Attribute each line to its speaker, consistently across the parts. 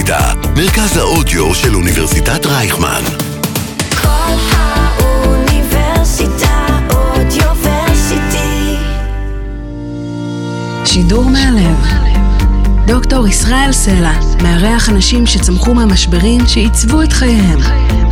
Speaker 1: האוניברסיטה, מרכז האודיו של אוניברסיטת רייכמן.
Speaker 2: כל האוניברסיטה אודיוורסיטי.
Speaker 3: שידור מהלב. דוקטור ישראל סלע מארח אנשים שצמחו מהמשברים שעיצבו את חייהם.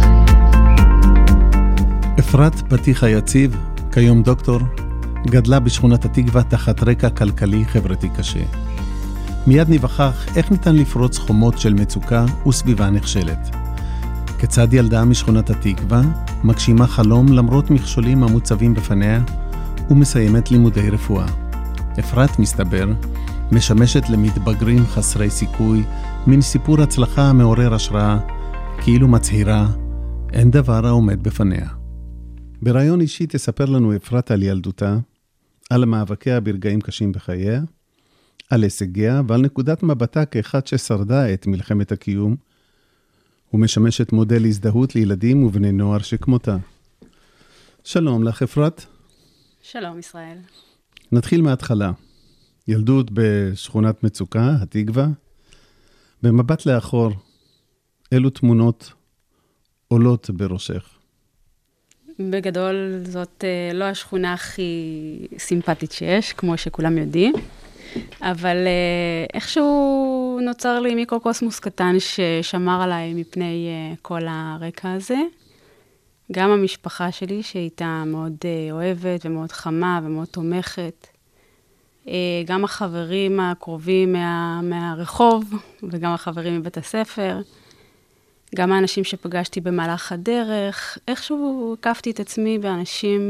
Speaker 4: אפרת פתיחה יציב, כיום דוקטור, גדלה בשכונת התקווה תחת רקע כלכלי חברתי קשה. מיד נבחך איך ניתן לפרוץ חומות של מצוקה וסביבה נכשלת. כיצד ילדה משכונת התקווה מגשימה חלום למרות מכשולים המוצבים בפניה ומסיימת לימודי רפואה. אפרת, מסתבר, משמשת למתבגרים חסרי סיכוי, מן סיפור הצלחה מעורר השראה, כאילו מצהירה, אין דבר העומד בפניה. ברעיון אישי תספר לנו אפרת על ילדותה, על מאבקיה ברגעים קשים בחייה, על הישגיה ועל נקודת מבטה כאחד ששרדה את מלחמת הקיום, ומשמשת מודל הזדהות לילדים ובני נוער שכמותה. שלום לך אפרת.
Speaker 5: שלום ישראל.
Speaker 4: נתחיל מההתחלה. ילדות בשכונת מצוקה, התקווה. במבט לאחור, אילו תמונות עולות בראשך?
Speaker 5: בגדול זאת לא השכונה הכי סימפטית שיש, כמו שכולם יודעים, אבל איכשהו נוצר לי מיקרוקוסמוס קטן ששמר עליי מפני כל הרקע הזה. גם המשפחה שלי שהייתה מאוד אוהבת ומאוד חמה ומאוד תומכת. גם החברים הקרובים מהרחוב וגם החברים מבית הספר. גם האנשים שפגשתי במהלך הדרך, איכשהו הקפתי את עצמי באנשים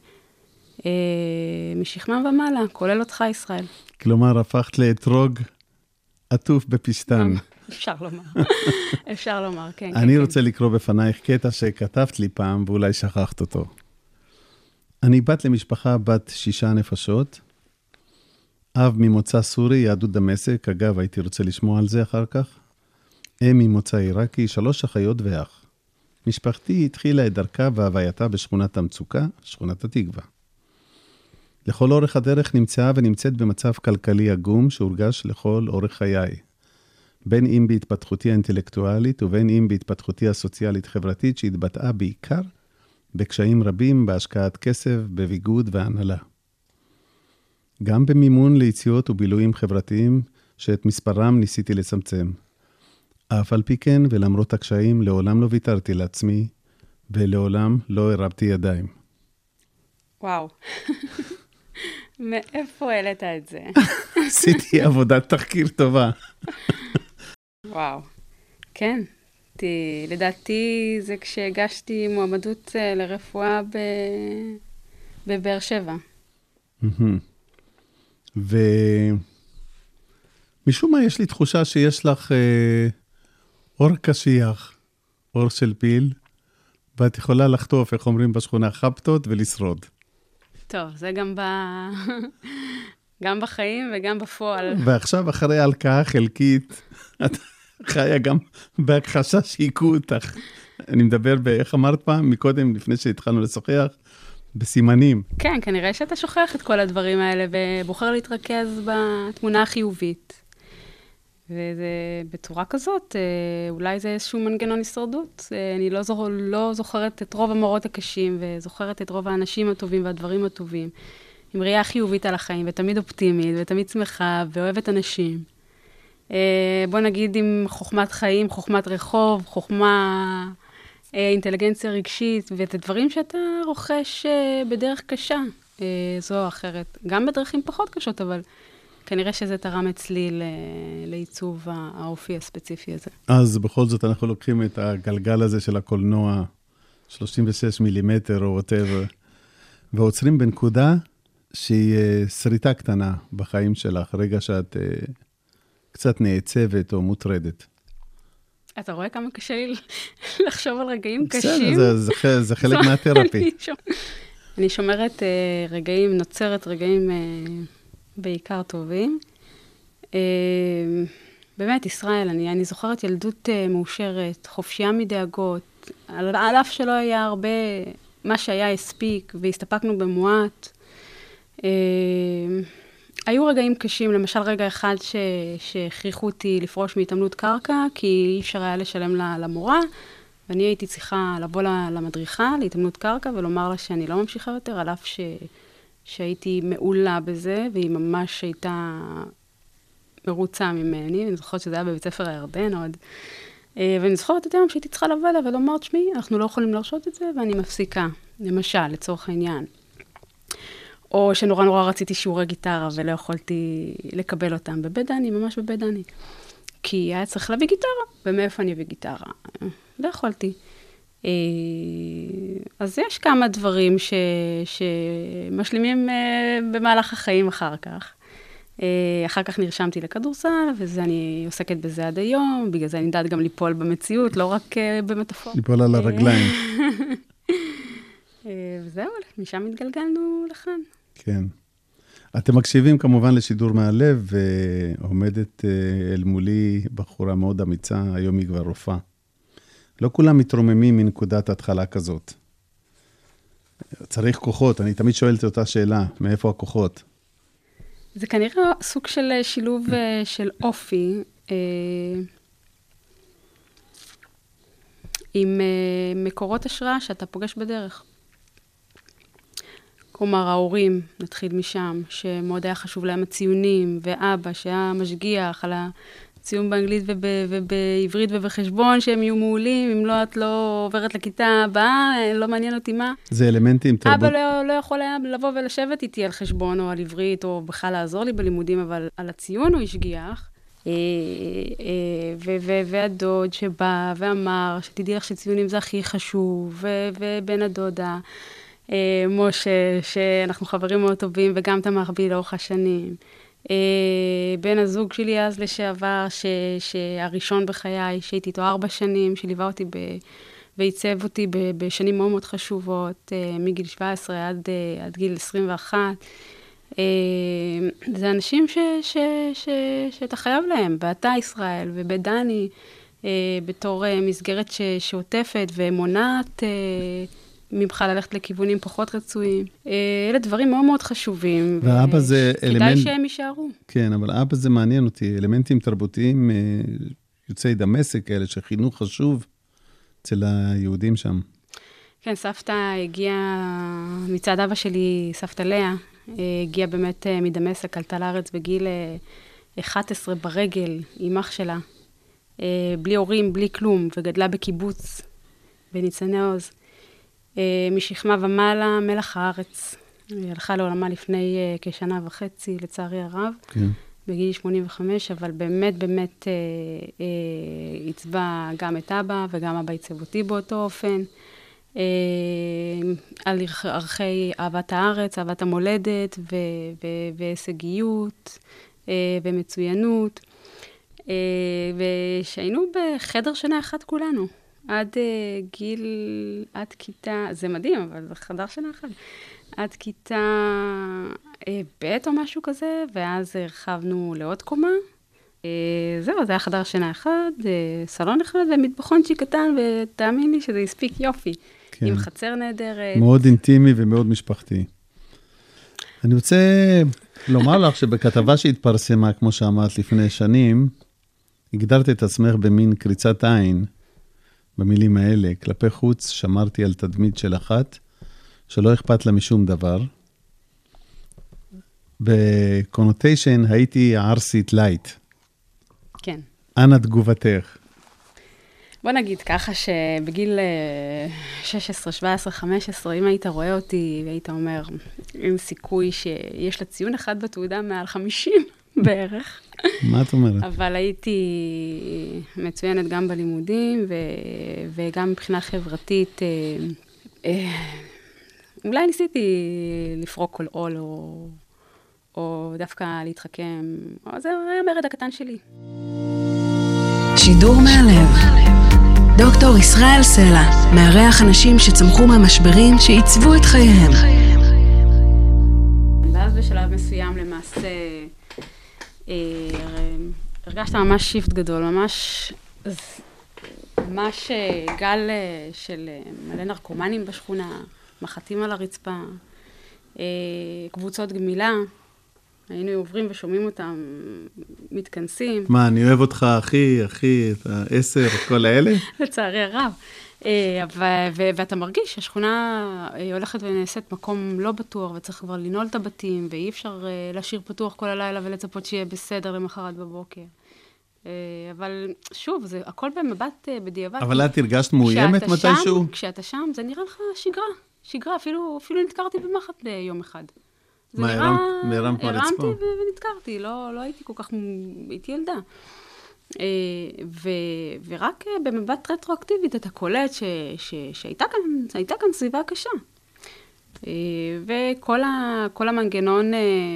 Speaker 5: משכמם ומעלה, כולל אותך ישראל.
Speaker 4: כלומר, הפכת לאתרוג עטוף בפשטן.
Speaker 5: אפשר לומר, אפשר לומר, כן.
Speaker 4: אני רוצה לקרוא בפנייך קטע שכתבת לי פעם, ואולי שכחת אותו. אני בת למשפחה בת 6 נפשות, אב ממוצא סורי, יהדות דמשק, אגב, הייתי רוצה לשמוע על זה אחר כך. אם ממוצא עיראקי, 3 אחיות ואח. משפחתי התחילה את דרכה והווייתה בשכונת המצוקה, שכונת התקווה. לכל אורך הדרך נמצאה ונמצאת במצב כלכלי עגום שהורגש לכל אורך חיי. בין אם בהתפתחותי האינטלקטואלית ובין אם בהתפתחותי הסוציאלית-חברתית שהתבטאה בעיקר בקשיים רבים בהשקעת כסף, בביגוד והנהלה. גם במימון ליציאות ובילויים חברתיים שאת מספרם ניסיתי לצמצם. אף על פי כן ולמרות הקשיים לעולם לא ויתרתי לעצמי ולעולם לא הרבתי ידיים.
Speaker 5: וואו. מאיפה העלית את זה?
Speaker 4: עשיתי עבודת תחקיר טובה.
Speaker 5: וואו. כן. לדעתי זה כשהגשתי מועמדות לרפואה בבאר שבע.
Speaker 4: ומשום מה יש לי תחושה שיש לך אור קשיח, אור של פיל, ואת יכולה לחטוף, איך אומרים בשכונה, חפטות ולשרוד.
Speaker 5: טוב, זה גם בחיים וגם בפועל.
Speaker 4: ועכשיו אחרי הלקאה חלקית, את חיה גם בהכחשה שהיקו אותך. אני מדבר איך אמרת פעם, מקודם, לפני שהתחלנו לשוחח, בסימנים.
Speaker 5: כן, כנראה שאתה שוכח את כל הדברים האלה, ובוחר להתרכז בתמונה החיובית. וזה בצורה כזאת, אולי זה איזשהו מנגנון הישרדות. אני לא זוכרת את רוב המראות הקשים, וזוכרת את רוב האנשים הטובים והדברים הטובים. עם ראייה חיובית על החיים, ותמיד אופטימית, ותמיד שמחה, ואוהבת אנשים. בוא נגיד עם חוכמת חיים, חוכמת רחוב, חוכמה, אינטליגנציה רגשית, ואת הדברים שאתה רוכש בדרך קשה, זו או אחרת. גם בדרכים פחות קשות, אבל כנראה שזה תרם אצלי לעיצוב האופי הספציפי הזה. אז
Speaker 4: בכל זאת אנחנו לוקחים את הגלגל הזה של הקולנוע, 36 מילימטר או whatever, ועוצרים בנקודה שהיא שריטה קטנה בחיים שלך, רגע שאת קצת נעצבת או מוטרדת.
Speaker 5: אתה רואה כמה קשה לי לחשוב על רגעים קשים?
Speaker 4: זה חלק מהתרפי.
Speaker 5: אני שומרת רגעים, נוצרת רגעים בעיקר טובים. באמת, ישראל, אני זוכרת ילדות מאושרת, חופשייה מדאגות, על אף שלא היה הרבה, מה שהיה הספיק, והסתפקנו במועט. היו רגעים קשים, למשל רגע אחד שהכריחו אותי לפרוש מהתאמנות קרקע, כי אי אפשר היה לשלם למורה, ואני הייתי צריכה לבוא למדריכה, להתאמנות קרקע, ולומר לה שאני לא ממשיכה יותר, על אף שהייתי מעולה בזה, והיא ממש הייתה מרוצה ממני, אני זוכרת שזה היה בבית ספר הירדן עוד, ואני זוכרת את היום שהייתי צריכה לבוא אליה ולומר, תשמעי, אנחנו לא יכולים להרשות את זה, ואני מפסיקה, למשל, לצורך העניין. או שנורא נורא רציתי שיעורי גיטרה, ולא יכולתי לקבל אותם בבית דני, ממש בבית דני. כי היה צריך להביא גיטרה, ומאיפה אני אביא גיטרה? לא יכולתי. אז יש כמה דברים שמשלימים במהלך החיים אחר כך. אחר כך נרשמתי לכדורסל, ואני עוסקת בזה עד היום, בגלל זה אני יודעת גם ליפול במציאות, לא רק במטאפורה.
Speaker 4: ליפול על הרגליים.
Speaker 5: וזהו, משם התגלגלנו לכאן.
Speaker 4: כן. אתם מקשיבים כמובן לשידור מהלב, ועומדת אל מולי בחורה מאוד אמיצה, היום היא כבר רופאה. לא כולם מתרוממים מנקודת התחלה כזאת. צריך כוחות, אני תמיד שואלת אותה שאלה, מאיפה הכוחות?
Speaker 5: זה כנראה סוג של שילוב של אופי, עם מקורות השראה שאתה פוגש בדרך. כלומר, ההורים, נתחיל משם, שמאוד היה חשוב להם הציונים, ואבא שהיה משגיח על הציון באנגלית ובעברית ובחשבון, שהם יהיו מעולים, אם לא, את לא עוברת לכיתה הבאה, לא מעניין אותי מה.
Speaker 4: זה אלמנטים תרבות.
Speaker 5: אבא לא יכול היה לבוא ולשבת איתי על חשבון או על עברית, או בכלל לעזור לי בלימודים, אבל על הציון הוא השגיח. והדוד שבא ואמר, שתדעי לך שציונים זה הכי חשוב, ובן הדודה, משה, שאנחנו חברים מאוד טובים, וגם תמך בי לאורך השנים. בן הזוג שלי אז לשעבר, שהראשון בחיי, שהייתי איתו 4 שנים, שליווה אותי ועיצב אותי בשנים מאוד מאוד חשובות, מגיל 17 עד גיל 21. זה אנשים שאתה חייב להם, ואתה ישראל, ובדני, בתור מסגרת שעוטפת ומונעת ממך ללכת לכיוונים פחות רצויים. אלה דברים מאוד מאוד חשובים.
Speaker 4: ואבא זה אלמנט...
Speaker 5: כדאי שהם יישארו.
Speaker 4: כן, אבל אבא זה מעניין אותי. אלמנטים תרבותיים יוצאי דמשק כאלה, שחינוך חשוב אצל היהודים שם.
Speaker 5: כן, סבתא הגיעה, מצד אבא שלי, סבתא לאה, הגיעה באמת מדמשק, עלתה לארץ בגיל 11 ברגל, עם אח שלה. בלי הורים, בלי כלום, וגדלה בקיבוץ, בניצני עוז. משכמה ומעלה, מלח הארץ. היא הלכה לעולמה לפני כשנה וחצי, לצערי הרב,
Speaker 4: כן.
Speaker 5: בגיל 85, אבל באמת, באמת הצבע גם את אבא, וגם אבא הצב אותי באותו אופן. על ערכי אהבת הארץ, אהבת המולדת, והישגיות, ומצוינות. ושהיינו בחדר שנה אחת כולנו. עד כיתה, זה מדהים, אבל זה חדר שנה אחת. עד כיתה ב' או משהו כזה, ואז הרחבנו לעוד קומה. זהו, זה היה חדר שינה אחד, סלון אחד ומטבחונצ'י קטן, ותאמין לי שזה הספיק יופי. כן. עם חצר נהדרת.
Speaker 4: מאוד אינטימי ומאוד משפחתי. אני רוצה לומר לך שבכתבה שהתפרסמה, כמו שאמרת לפני שנים, הגדרת את עצמך במין קריצת עין, במילים האלה, כלפי חוץ שמרתי על תדמית של אחת, שלא אכפת לה משום דבר. בקונוטיישן הייתי ערסית לייט.
Speaker 5: כן.
Speaker 4: אנא תגובתך.
Speaker 5: בוא נגיד ככה שבגיל 16, 17, 15, אם היית רואה אותי והיית אומר, אין סיכוי שיש לה ציון אחד בתעודה מעל 50 בערך.
Speaker 4: מה את אומרת?
Speaker 5: אבל הייתי מצוינת גם בלימודים וגם מבחינה חברתית. אולי ניסיתי לפרוק כל עול או דווקא להתחכם. זה היה המרד הקטן שלי.
Speaker 3: שידור מהלב. דוקטור ישראל סלע, מארח אנשים שצמחו מהמשברים שעיצבו את חייהם.
Speaker 5: ואז בשלב מסוים למעשה הרגשת ממש שיפט גדול, ממש גל של מלא נרקומנים בשכונה, מחטים על הרצפה, קבוצות גמילה, היינו עוברים ושומעים אותם, מתכנסים.
Speaker 4: מה, אני אוהב אותך, אחי, את ה10, כל האלה?
Speaker 5: לצערי הרב. ואתה מרגיש שהשכונה הולכת ונעשית מקום לא בטוח, וצריך כבר לנעול את הבתים, ואי אפשר להשאיר פתוח כל הלילה ולצפות שיהיה בסדר למחרת בבוקר. אבל שוב, זה הכל במבט בדיעבד.
Speaker 4: אבל את הרגשת מאוימת מתישהו?
Speaker 5: כשאתה שם, זה נראה לך שגרה, אפילו נתקרתי במחט יום אחד.
Speaker 4: מה, הרמת מהרצפה?
Speaker 5: הרמתי ונתקרתי, לא הייתי כל כך, הייתי ילדה. ורק במבט רטרואקטיבית אתה קולט שהייתה כאן סביבה קשה. וכל המנגנון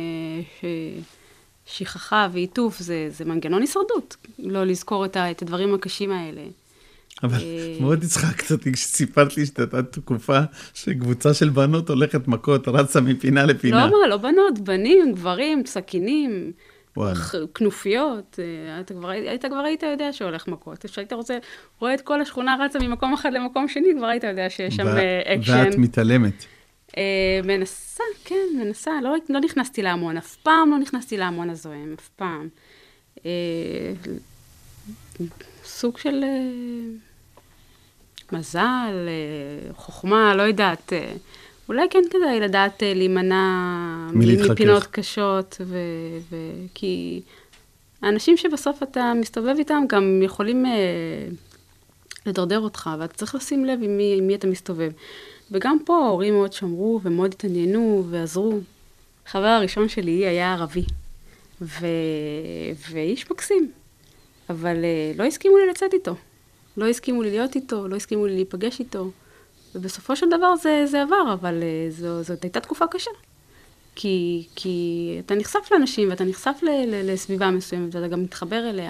Speaker 5: שכחה ועיטוף זה מנגנון הישרדות, לא לזכור את הדברים הקשים האלה.
Speaker 4: אבל מאוד הצחקת אותי כשסיפרת לי שאתה תקופה שקבוצה של בנות הולכת מכות, רצה מפינה לפינה.
Speaker 5: לא בנות, בנים, גברים, סכינים. כנופיות, כבר היית יודע שהולך מכות. כשהיית רואה את כל השכונה רצה ממקום אחד למקום שני, כבר היית יודע שיש שם אקשן.
Speaker 4: ואת מתעלמת.
Speaker 5: מנסה. לא נכנסתי להמון, אף פעם לא נכנסתי להמון הזוהם, אף פעם. סוג של מזל, חוכמה, לא יודעת. אולי כן כדאי לדעת להימנע מפינות קשות, כי האנשים שבסוף אתה מסתובב איתם גם יכולים לדרדר אותך, ואתה צריך לשים לב עם מי אתה מסתובב. וגם פה ההורים מאוד שמרו ומאוד התעניינו ועזרו. החבר הראשון שלי היה ערבי, ואיש מקסים, אבל לא הסכימו לי לצאת איתו. לא הסכימו לי להיות איתו, לא הסכימו לי להיפגש איתו. ובסופו של דבר זה עבר, אבל זאת הייתה תקופה קשה. כי אתה נחשף לאנשים, ואתה נחשף לסביבה מסוימת, ואתה גם מתחבר אליה.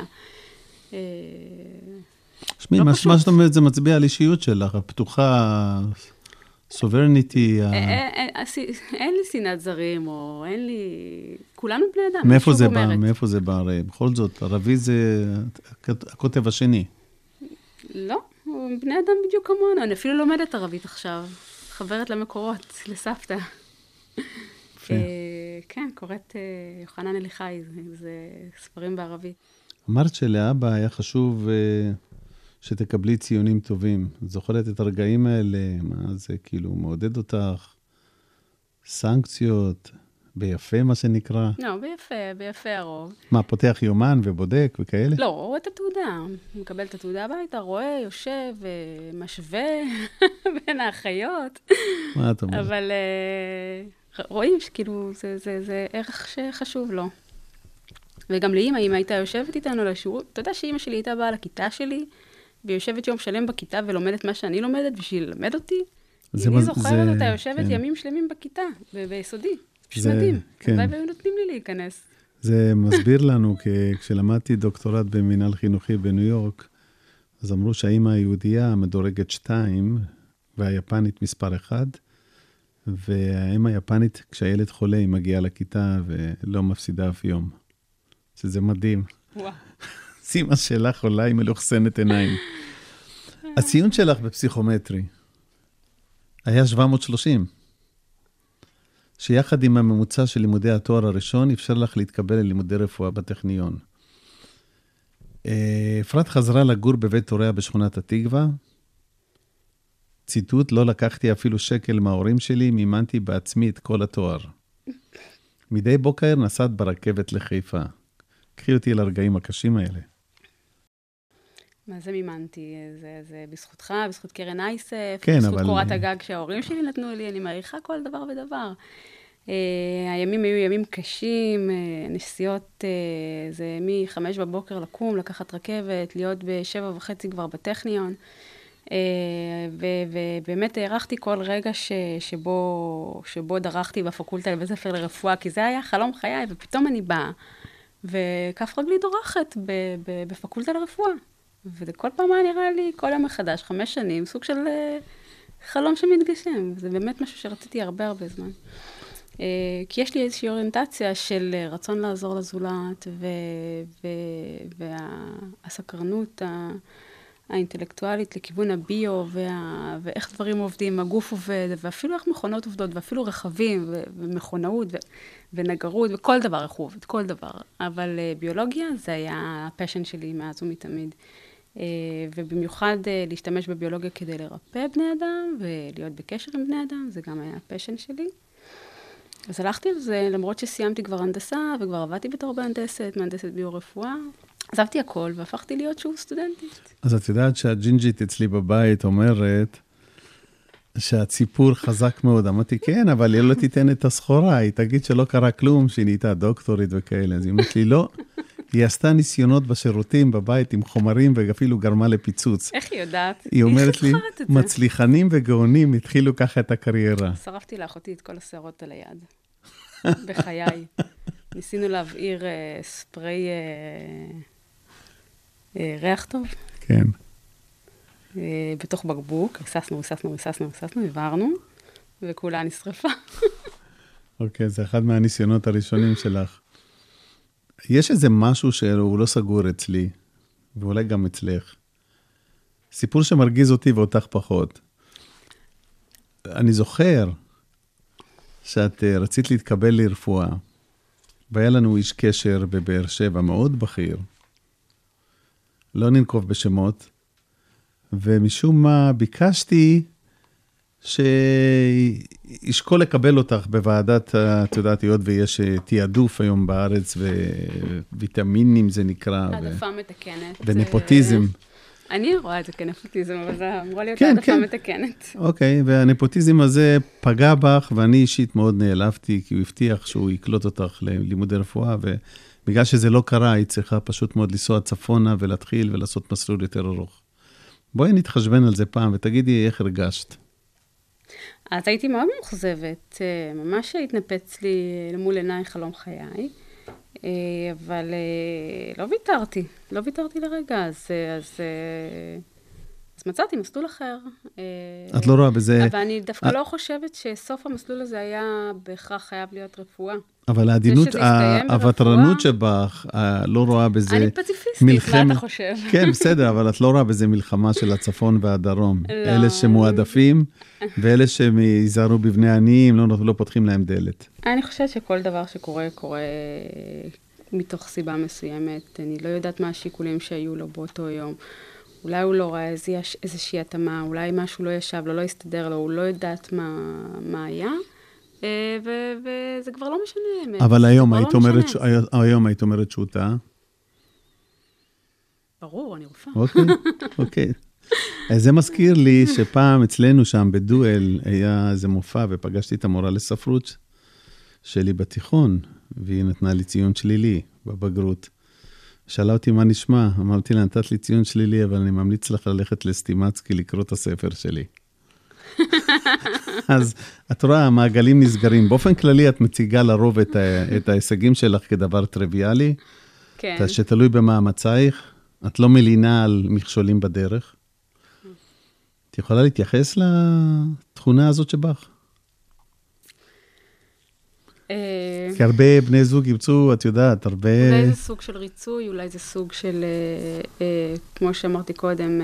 Speaker 4: שמי, מה זאת אומרת, זה מצביע על אישיות שלך, הפתוחה, סוברניטי.
Speaker 5: אין לי שנאת זרים, או אין לי... כולנו בני אדם.
Speaker 4: מאיפה זה בא? בכל זאת, ערבי זה הכותב השני.
Speaker 5: לא. בני אדם בדיוק כמונו, אני אפילו לומדת ערבית עכשיו, חברת למקורות, לסבתא. כן, קוראת יוחנן אליחי, זה ספרים בערבית.
Speaker 4: אמרת שלאבא היה חשוב שתקבלי ציונים טובים. זוכרת את הרגעים האלה, מה זה כאילו מעודד אותך? סנקציות, ביפה מה שנקרא?
Speaker 5: לא, ביפה הרוב.
Speaker 4: מה, פותח יומן ובודק וכאלה?
Speaker 5: לא, רואה את התעודה. מקבל את התעודה הביתה, רואה, יושב, משווה בין האחיות.
Speaker 4: מה את אומרת?
Speaker 5: אבל רואים שכאילו זה ערך שחשוב לו. וגם לאמא, אמא הייתה יושבת איתנו לשיעור, אתה יודע שאמא שלי הייתה באה לכיתה שלי, ויושבת יום שלם בכיתה ולומדת מה שאני לומדת בשביל ללמד אותי. אני זוכרת אותה יושבת ימים שלמים בכיתה, ביסודי. פשוט מדהים. אולי והיו נותנים לי להיכנס.
Speaker 4: זה מסביר לנו, כשלמדתי דוקטורט במינהל חינוכי בניו יורק, אז אמרו שהאמא היהודייה מדורגת 2, והיפנית מספר 1, והאמא היפנית, כשהילד חולה, היא מגיעה לכיתה ולא מפסידה אף יום. שזה מדהים.
Speaker 5: וואו.
Speaker 4: סימה שלך עולה היא מלוכסנת עיניים. הציון שלך בפסיכומטרי היה 730. שיחד עם הממוצע של לימודי התואר הראשון, אפשר לך להתקבל ללימודי רפואה בטכניון. אפרת חזרה לגור בבית הוריה בשכונת התקווה. ציטוט, לא לקחתי אפילו שקל מההורים שלי, מימנתי בעצמי את כל התואר. מדי בוקר נסעת ברכבת לחיפה. קחי אותי לרגעים הקשים האלה.
Speaker 5: מה זה מימנתי? זה בזכותך, בזכות קרן אייסף,
Speaker 4: כן,
Speaker 5: בזכות קורת הגג שההורים שלי נתנו לי, אני מעריכה כל דבר ודבר. הימים היו ימים קשים, נסיעות, זה מ-5 בבוקר לקום, לקחת רכבת, להיות ב-7:30 כבר בטכניון, ובאמת הערכתי כל רגע שבו דרכתי בפקולטה לבית ספר לרפואה, כי זה היה חלום חיי, ופתאום אני באה, וכף רגלי דורכת בפקולטה לרפואה. וכל פעם היה נראה לי, כל יום מחדש, 5 שנים, סוג של חלום שמתגשם. זה באמת משהו שרציתי הרבה זמן. כי יש לי איזושהי אוריינטציה של רצון לעזור לזולת, והסקרנות האינטלקטואלית לכיוון הביו, ואיך דברים עובדים, הגוף עובד, ואפילו איך מכונות עובדות, ואפילו רכבים, ומכונאות, ונגרות, וכל דבר איך הוא עובד, כל דבר. אבל ביולוגיה זה היה הפשן שלי מאז ומתמיד. ובמיוחד להשתמש בביולוגיה כדי לרפא בני אדם, ולהיות בקשר עם בני אדם, זה גם היה הפשן שלי. אז הלכתי על זה, למרות שסיימתי כבר הנדסה, וכבר עבדתי בתור מהנדסת ביו-רפואה. עזבתי הכל, והפכתי להיות שוב סטודנטית.
Speaker 4: אז את יודעת שהג'ינג'ית אצלי בבית אומרת שהציפור חזק מאוד. אמרתי, כן, אבל היא לא תיתן את הסחורה, היא תגיד שלא קרה כלום, שהיא נהייתה דוקטורית וכאלה. אז היא אומרת לי, לא, היא עשתה ניסיונות בשירותים בבית עם חומרים, ואפילו גרמה לפיצוץ.
Speaker 5: איך היא יודעת?
Speaker 4: היא אומרת לי, מצליחנים וגאונים התחילו ככה את הקריירה.
Speaker 5: שרפתי לאחותי את כל השערות על היד, בחיי. ניסינו להבעיר ספרי ריח טוב.
Speaker 4: כן.
Speaker 5: בתוך בקבוק, ריססנו, הבערנו, וכולה נשרפה.
Speaker 4: אוקיי, זה אחד מהניסיונות הראשונים שלך. יש איזה משהו שהוא לא סגור אצלי, ואולי גם אצלך. סיפור שמרגיז אותי ואותך פחות. אני זוכר שאת רצית להתקבל לרפואה, והיה לנו איש קשר בבאר שבע, מאוד בכיר. לא ננקוב בשמות, ומשום מה ביקשתי שישקול לקבל אותך בוועדת, את יודעת, היות ויש תיעדוף היום בארץ, וויטמינים זה נקרא.
Speaker 5: העדפה מתקנת.
Speaker 4: ונפוטיזם.
Speaker 5: אני רואה את זה כנפוטיזם, אבל זה אמורה להיות העדפה מתקנת.
Speaker 4: אוקיי, והנפוטיזם הזה פגע בך, ואני אישית מאוד נעלבתי, כי הוא הבטיח שהוא יקלוט אותך ללימודי רפואה, ובגלל שזה לא קרה, היא צריכה פשוט מאוד לנסוע צפונה, ולהתחיל ולעשות מסלול יותר ארוך. בואי נתחשבן על זה פעם, ותגידי איך הרגשת.
Speaker 5: אז הייתי מאוד מאוכזבת, ממש התנפץ לי למול עיניי חלום חיי, אבל לא ויתרתי לרגע, אז מצאתי מסלול אחר.
Speaker 4: את לא רואה בזה...
Speaker 5: אבל אני דווקא לא חושבת שסוף המסלול הזה היה בהכרח חייב להיות רפואה.
Speaker 4: אבל העדינות, הוותרנות שבך, לא רואה בזה...
Speaker 5: אני פציפיסטית, מה אתה חושב?
Speaker 4: כן, בסדר, אבל את לא רואה בזה מלחמה של הצפון והדרום. אלה שמועדפים, ואלה שיזהרו בבני עניים, לא פותחים להם דלת.
Speaker 5: אני חושבת שכל דבר שקורה, קורה מתוך סיבה מסוימת. אני לא יודעת מה השיקולים שהיו לו באותו יום. אולי הוא לא ראה איזושהי התאמה, אולי משהו לא ישב לו, לא הסתדר לו, הוא לא יודעת מה היה. וזה כבר לא משנה.
Speaker 4: אבל היום היית אומרת שהוא טעה?
Speaker 5: ברור, אני רופאה.
Speaker 4: אוקיי. זה מזכיר לי שפעם אצלנו שם בדואל היה איזה מופע, ופגשתי את המורה לספרות שלי בתיכון, והיא נתנה לי ציון שלילי בבגרות. שאלה אותי מה נשמע, אמרתי לה, נתת לי ציון שלילי, אבל אני ממליץ לך ללכת לסטימצקי לקרוא את הספר שלי. אז את רואה, המעגלים נסגרים. באופן כללי את מציגה לרוב את ההישגים שלך כדבר טריוויאלי,
Speaker 5: כן.
Speaker 4: שתלוי במאמצייך, את לא מלינה על מכשולים בדרך. את יכולה להתייחס לתכונה הזאת שבך? כי הרבה בני זוג ימצאו, את יודעת, הרבה...
Speaker 5: אולי זה סוג של ריצוי, אולי זה סוג של, כמו שאמרתי קודם,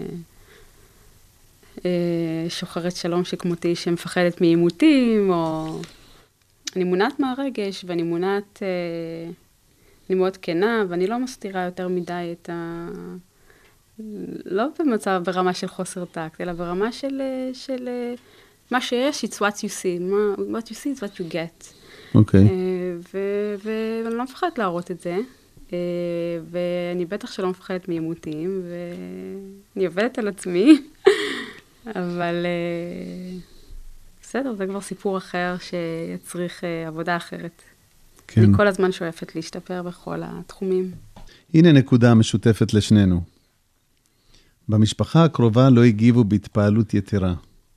Speaker 5: שוחרת שלום שכמותי שמפחדת מעימותים, או... אני מונעת מהרגש, ואני מונעת... אני מאוד כנה, ואני לא מסתירה יותר מדי את ה... לא במצב, ברמה של חוסר טקט, אלא ברמה של מה שיש, it's what you see. What you see is what you get.
Speaker 4: אוקיי.
Speaker 5: ואני לא מפחדת להראות את זה, ואני בטח שלא מפחדת מעימותים, ואני עובדת על עצמי, אבל בסדר, זה כבר סיפור אחר שיצריך עבודה אחרת.
Speaker 4: כן.
Speaker 5: אני כל הזמן שואפת להשתפר בכל התחומים.
Speaker 4: הנה נקודה משותפת לשנינו. במשפחה הקרובה לא הגיבו בהתפעלות יתרה.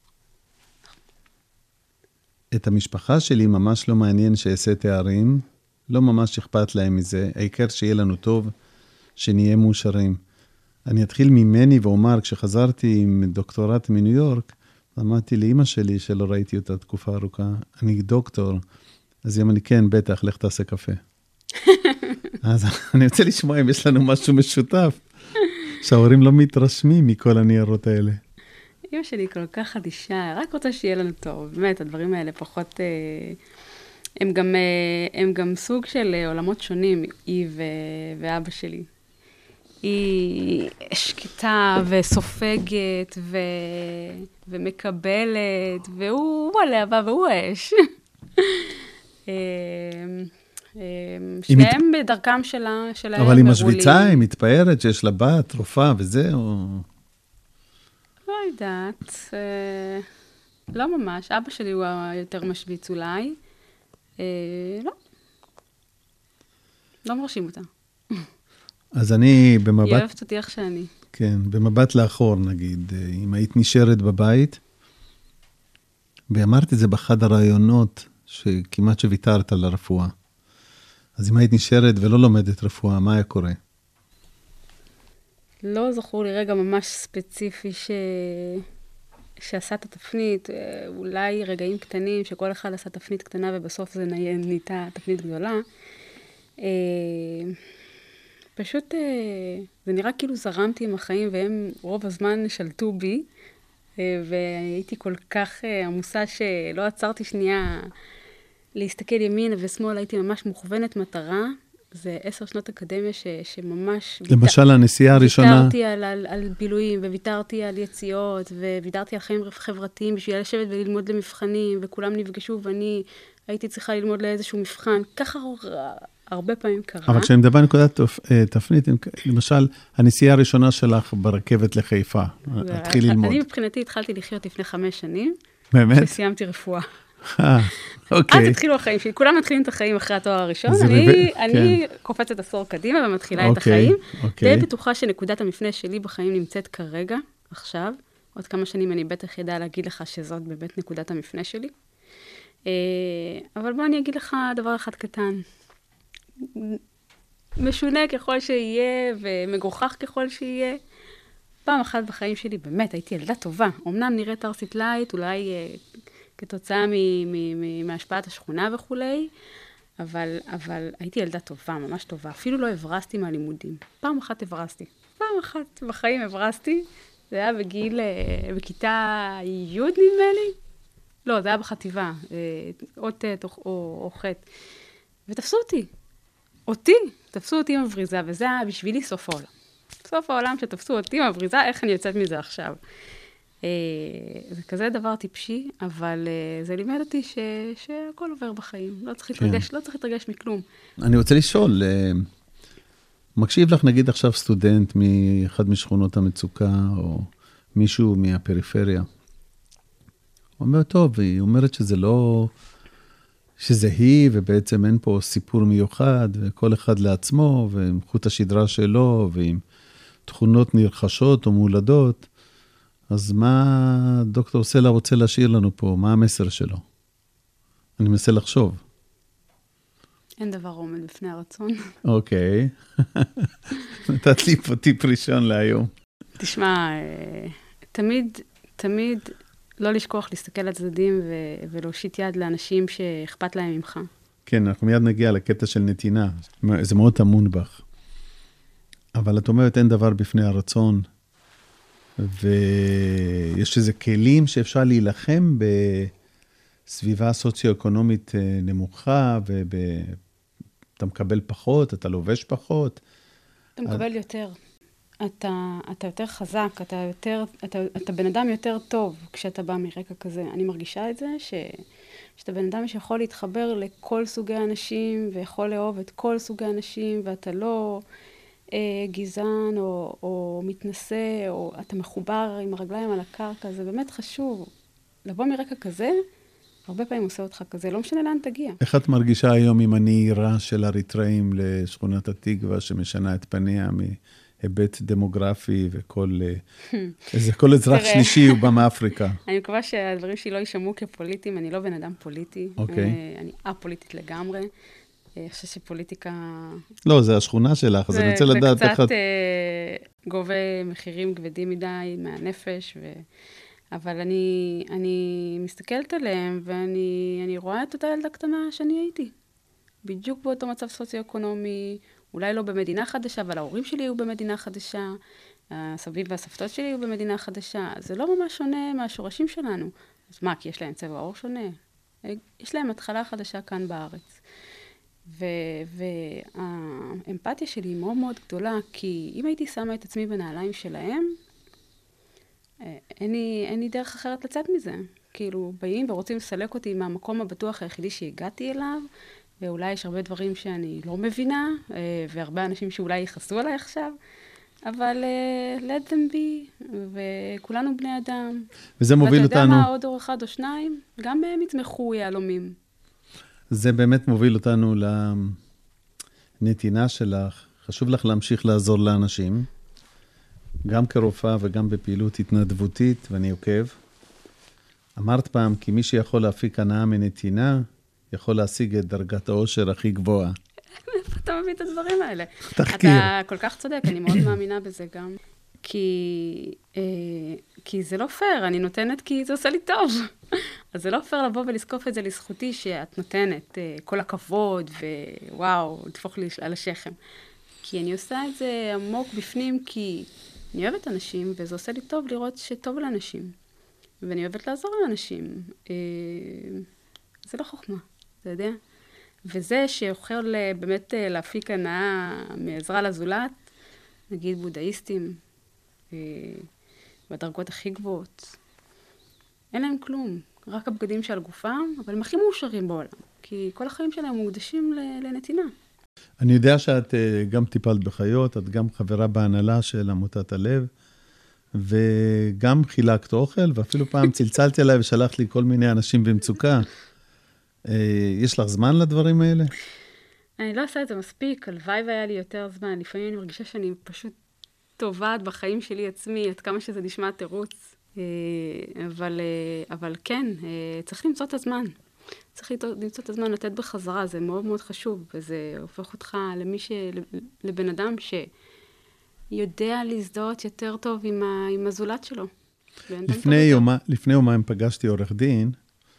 Speaker 4: את המשפחה שלי ממש לא מעניין שיעשה תארים, לא ממש אכפת להם מזה, העיקר שיהיה לנו טוב, שנהיה מאושרים. אני אתחיל ממני ואומר, כשחזרתי עם דוקטורט מניו יורק, אמרתי לאמא שלי שלא ראיתי אותה תקופה ארוכה, אני דוקטור, אז היא אמרה לי, כן, בטח, לך תעשה קפה. אז אני רוצה לשמוע אם יש לנו משהו משותף. שההורים לא מתרשמים מכל הניירות האלה.
Speaker 5: אמא שלי כל כך חדישה, רק רוצה שיהיה לנו טוב. באמת, הדברים האלה פחות... הם גם סוג של עולמות שונים, היא ואבא שלי. היא שקטה וסופגת ומקבלת, והוא הלהבה והוא האש. שניהם בדרכם שלהם מרולים.
Speaker 4: אבל היא משוויצה, היא מתפארת שיש לה בת, תרופה וזה, או...
Speaker 5: לא יודעת. לא ממש. אבא שלי הוא היותר משוויץ אולי. לא. לא מרשים אותה.
Speaker 4: אז אני במבט...
Speaker 5: היא אוהבת אותי איך שאני.
Speaker 4: כן, במבט לאחור נגיד, אם היית נשארת בבית, ואמרתי את זה באחד הרעיונות, שכמעט שוויתרת על הרפואה. אז אם היית נשארת ולא לומדת רפואה, מה היה קורה?
Speaker 5: לא זכור לי רגע ממש ספציפי שעשה את התפנית, אולי רגעים קטנים שכל אחד עשה תפנית קטנה ובסוף זה נהייתה תפנית גדולה. פשוט זה נראה כאילו זרמתי עם החיים והם רוב הזמן שלטו בי, והייתי כל כך עמוסה שלא עצרתי שנייה להסתכל ימין ושמאל, הייתי ממש מוכוונת מטרה. זה 10 שנות אקדמיה שממש...
Speaker 4: למשל, הנסיעה הראשונה...
Speaker 5: ויתרתי על בילויים, וויתרתי על יציאות, וויתרתי על חיים חברתיים בשביל לשבת וללמוד למבחנים, וכולם נפגשו, ואני הייתי צריכה ללמוד לאיזשהו מבחן. ככה הרבה פעמים קרה.
Speaker 4: אבל כשאני מדבר נקודת תפנית, למשל, הנסיעה הראשונה שלך ברכבת לחיפה, התחיל ללמוד.
Speaker 5: אני מבחינתי התחלתי לחיות לפני 5 שנים.
Speaker 4: באמת?
Speaker 5: כשסיימתי רפואה.
Speaker 4: אוקיי.
Speaker 5: אז התחילו החיים שלי, כולם מתחילים את החיים אחרי התואר הראשון, אני קופצת עשור קדימה ומתחילה את החיים, די בטוחה שנקודת המפנה שלי בחיים נמצאת כרגע, עכשיו, עוד כמה שנים אני בטח ידע להגיד לך שזאת באמת נקודת המפנה שלי, אבל בוא אני אגיד לך דבר אחד קטן, משונה ככל שיהיה ומגוחך ככל שיהיה, פעם אחת בחיים שלי באמת הייתי ילדה טובה, אמנם נראית ארסית לייט, אולי... כתוצאה מהשפעת השכונה וכולי, אבל הייתי ילדה טובה, ממש טובה. אפילו לא הברסתי מהלימודים. פעם אחת הברסתי. פעם אחת בחיים הברסתי. זה היה בכיתה י' נדמה לי. לא, זה היה בחטיבה. או ט' או ח'. ותפסו אותי. תפסו אותי עם הבריזה, וזה היה בשבילי סוף העולם. סוף העולם שתפסו אותי עם הבריזה, איך אני יוצאת מזה עכשיו. זה כזה דבר טיפשי, אבל זה לימד אותי שהכל עובר בחיים. לא צריך להתרגש מכלום.
Speaker 4: אני רוצה לשאול, מקשיב לך נגיד עכשיו סטודנט מאחד משכונות המצוקה, או מישהו מהפריפריה. הוא אומר, טוב, היא אומרת שזה לא, שזה היא, ובעצם אין פה סיפור מיוחד, וכל אחד לעצמו, ועם חוט השדרה שלו, ועם תכונות נרכשות או מולדות. אז מה דוקטור סלע רוצה להשאיר לנו פה? מה המסר שלו? אני מנסה לחשוב.
Speaker 5: אין דבר עומד בפני הרצון.
Speaker 4: אוקיי. נתת לי פה טיפ ראשון להיום.
Speaker 5: תשמע, תמיד לא לשכוח להסתכל על הצדדים ולהושיט יד לאנשים שאכפת להם ממך.
Speaker 4: כן, אנחנו מיד נגיע לקטע של נתינה. זה מאוד טמון בך. אבל את אומרת, אין דבר בפני הרצון. ויש איזה כלים שאפשר להילחם בסביבה סוציו-אקונומית נמוכה, ואתה מקבל פחות, אתה לובש פחות.
Speaker 5: אתה מקבל יותר. אתה יותר חזק, אתה בן אדם יותר טוב כשאתה בא מרקע כזה. אני מרגישה את זה, שאתה בן אדם שיכול להתחבר לכל סוגי אנשים, ויכול לאהוב את כל סוגי אנשים, ואתה לא... גזען או מתנשא, או אתה מחובר עם הרגליים על הקרקע, זה באמת חשוב. לבוא מרקע כזה, הרבה פעמים עושה אותך כזה, לא משנה לאן תגיע. איך את
Speaker 4: מרגישה היום עם הנהירה של אריתראים לשכונת התקווה, שמשנה את פניה מהיבט דמוגרפי, וכל אזרח שלישי הוא בא מאפריקה?
Speaker 5: אני מקווה שהדברים שלי לא יישמעו כפוליטיים, אני לא בן אדם פוליטי, אני א-פוליטית לגמרי. אני חושבת שפוליטיקה...
Speaker 4: לא, זה השכונה שלך, אז אני רוצה לדעת איך...
Speaker 5: זה קצת גובה מחירים כבדים מדי מהנפש, אבל אני מסתכלת עליהם, ואני רואה את אותה ילדה קטנה שאני הייתי. בדיוק באותו מצב סוציו-אקונומי, אולי לא במדינה חדשה, אבל ההורים שלי היו במדינה חדשה. הסביב והסבתות שלי היו במדינה חדשה. זה לא ממש שונה מהשורשים שלנו. אז מה, כי יש להם צבע עור שונה? יש להם התחלה חדשה כאן בארץ. והאמפתיה שלי היא מאוד מאוד גדולה, כי אם הייתי שמה את עצמי בנעליים שלהם, אין לי דרך אחרת לצאת מזה. כאילו, באים ורוצים לסלק אותי מהמקום הבטוח היחידי שהגעתי אליו, ואולי יש הרבה דברים שאני לא מבינה, והרבה אנשים שאולי יחסו עליי עכשיו, אבל let them be, וכולנו בני אדם.
Speaker 4: וזה מוביל אותנו...
Speaker 5: ואתה יודע מה, עוד אור אחד או שניים, גם הם יצמחו יהלומים.
Speaker 4: זה באמת מוביל אותנו לנתינה שלך. חשוב לך להמשיך לעזור לאנשים, גם כרופאה וגם בפעילות התנדבותית, ואני עוקב. אמרת פעם, כי מי שיכול להפיק הנאה מנתינה, יכול להשיג את דרגת העושר הכי גבוהה.
Speaker 5: איפה אתה מביא את הדברים האלה?
Speaker 4: תחקיר.
Speaker 5: אתה כל כך צודק, אני מאוד מאמינה בזה גם. כי זה לא פייר, אני נותנת כי זה עושה לי טוב. אז זה לא פייר לבוא ולזקוף את זה לזכותי שאת נותנת כל הכבוד, ווואו, תפוך לי על השכם. כי אני עושה את זה עמוק בפנים, כי אני אוהבת אנשים, וזה עושה לי טוב לראות שטוב לאנשים. ואני אוהבת לעזור לאנשים. זה לא חוכמה, אתה יודע? וזה שיכול באמת להפיק הנאה מעזרה לזולת, נגיד בודהיסטים, בדרגות הכי גבוהות. אין להם כלום, רק הבגדים שעל גופם, אבל הם הכי מאושרים בעולם, כי כל החיים שלהם מוקדשים לנתינה.
Speaker 4: אני יודע שאת גם טיפלת בחיות, את גם חברה בהנהלה של עמותת הלב, וגם חילקת אוכל, ואפילו פעם צלצלתי עליי ושלחת לי כל מיני אנשים במצוקה. יש לך זמן לדברים האלה?
Speaker 5: אני לא עושה את זה מספיק, הלוואי והיה לי יותר זמן. לפעמים אני מרגישה שאני פשוט טובעת בחיים שלי עצמי, עד כמה שזה נשמע תירוץ. אבל כן, צריך למצוא את הזמן. צריך למצוא את הזמן לתת בחזרה, זה מאוד מאוד חשוב, וזה הופך אותך לבן אדם שיודע להזדהות יותר טוב עם הזולת שלו.
Speaker 4: לפני יומיים פגשתי עורך דין,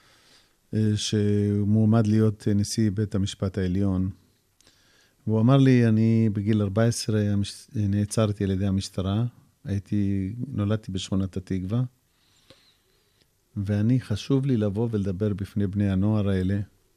Speaker 4: שהוא מועמד להיות נשיא בית המשפט העליון. והוא אמר לי, אני בגיל 14 נעצרתי על ידי המשטרה, נולדתי בשכונת התקווה, ואני חשוב לי לבוא ולדבר בפני בני הנוער האלה,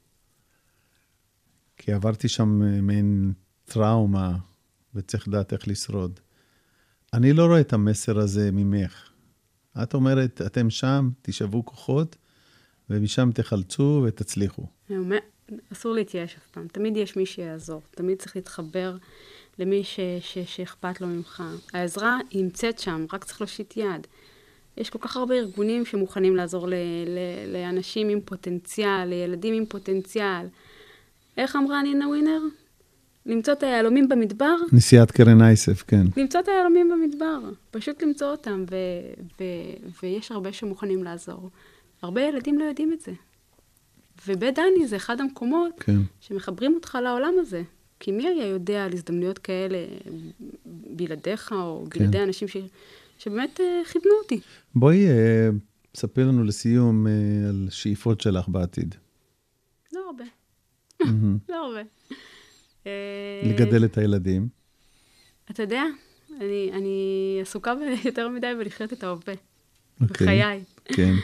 Speaker 4: כי עברתי שם מעין טראומה, וצריך לדעת איך לשרוד. אני לא רואה את המסר הזה ממך. את אומרת, אתם שם, תשאבו כוחות, ומשם תחלצו ותצליחו.
Speaker 5: אסור להתייאש אף פעם. תמיד יש מי שיעזור. תמיד צריך להתחבר למי שאכפת לו ממך. העזרה נמצאת שם, רק צריך להושיט יד. יש כל כך הרבה ארגונים שמוכנים לעזור לאנשים עם פוטנציאל, לילדים עם פוטנציאל. איך אמרה נינה ווינר? למצוא את היהלומים במדבר?
Speaker 4: נשיאת קרן אייסף, כן.
Speaker 5: למצוא את היהלומים במדבר. פשוט למצוא אותם, ויש הרבה שמוכנים לעזור. הרבה ילדים לא יודעים את זה. ובית דני זה אחד המקומות שמחברים אותך לעולם הזה. כי מי היה יודע על הזדמנויות כאלה בלעדיך, או בלעדי אנשים שבאמת כיוונו אותי.
Speaker 4: בואי, ספר לנו לסיום על שאיפות שלך בעתיד.
Speaker 5: לא הרבה. לא הרבה.
Speaker 4: לגדל את הילדים.
Speaker 5: אתה יודע, אני עסוקה יותר מדי בלחיות את ההווה. בחיי.
Speaker 4: כן.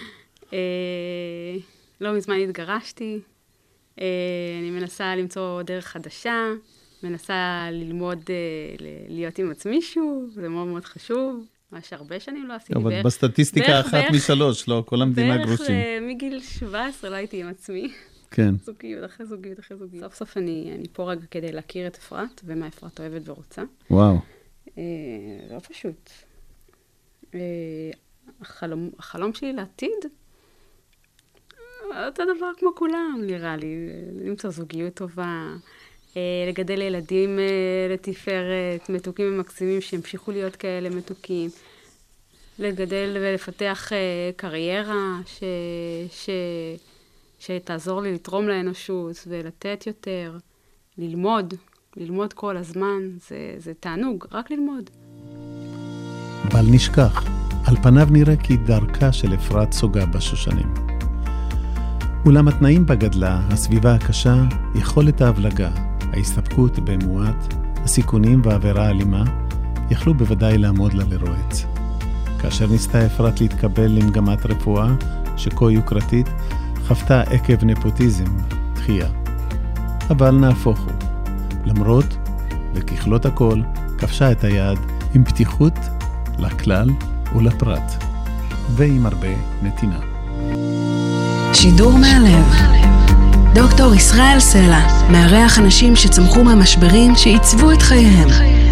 Speaker 5: לא מזמן התגרשתי, אני מנסה למצוא דרך חדשה, מנסה ללמוד להיות עם עצמי שוב, זה מאוד מאוד חשוב, מה שהרבה שנים לא עשיתי.
Speaker 4: אבל בסטטיסטיקה 1 מ-3, לא? כל המדינה גרושים.
Speaker 5: בערך מגיל 17 לא הייתי עם עצמי.
Speaker 4: כן.
Speaker 5: זוגיות, אחרי זוגיות, אחרי זוגיות. סוף סוף אני פה רגע כדי להכיר את אפרת, ומה אפרת אוהבת ורוצה.
Speaker 4: וואו.
Speaker 5: לא פשוט. החלום שלי לעתיד, אותו דבר כמו כולם, נראה לי. למצוא זוגיות טובה, לגדל ילדים לתפארת, מתוקים ומקסימים שהמשיכו להיות כאלה מתוקים, לגדל ולפתח קריירה שתעזור לי לתרום לאנושות ולתת יותר, ללמוד כל הזמן, זה תענוג, רק ללמוד.
Speaker 4: בל נשכח, על פניו נראה כי דרכה של אפרת סוגה בשושנים. אולם התנאים בגדלה, הסביבה הקשה, יכולת ההבלגה, ההסתפקות במועט, הסיכונים והעבירה האלימה, יכלו בוודאי לעמוד לה לרועץ. כאשר ניסתה אפרת להתקבל למגמת רפואה, שכה יוקרתית, חוותה עקב נפוטיזם, דחייה. אבל נהפוך הוא. למרות, וככלות הכל, כבשה את היד עם פתיחות לכלל ולפרט, ועם הרבה נתינה.
Speaker 3: שידור מהלב. דוקטור ישראל סלע מארח אנשים שצמחו מהמשברים שעיצבו את חייהם.